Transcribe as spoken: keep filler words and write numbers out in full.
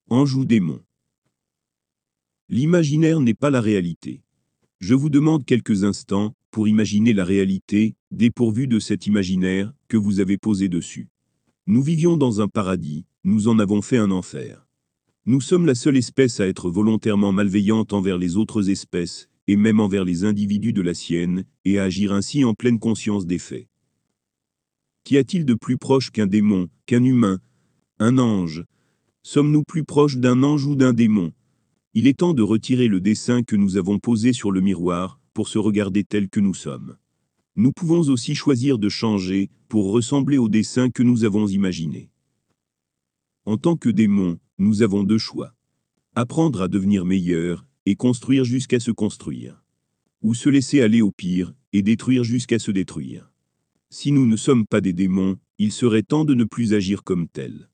Ange ou démon. L'imaginaire n'est pas la réalité. Je vous demande quelques instants pour imaginer la réalité, dépourvue de cet imaginaire que vous avez posé dessus. Nous vivions dans un paradis, nous en avons fait un enfer. Nous sommes la seule espèce à être volontairement malveillante envers les autres espèces, et même envers les individus de la sienne, et à agir ainsi en pleine conscience des faits. Qu'y a-t-il de plus proche qu'un démon, qu'un humain, un ange? Sommes-nous plus proches d'un ange ou d'un démon? Il est temps de retirer le dessin que nous avons posé sur le miroir, pour se regarder tel que nous sommes. Nous pouvons aussi choisir de changer, pour ressembler au dessin que nous avons imaginé. En tant que démon, nous avons deux choix. Apprendre à devenir meilleur, et construire jusqu'à se construire. Ou se laisser aller au pire, et détruire jusqu'à se détruire. Si nous ne sommes pas des démons, il serait temps de ne plus agir comme tels.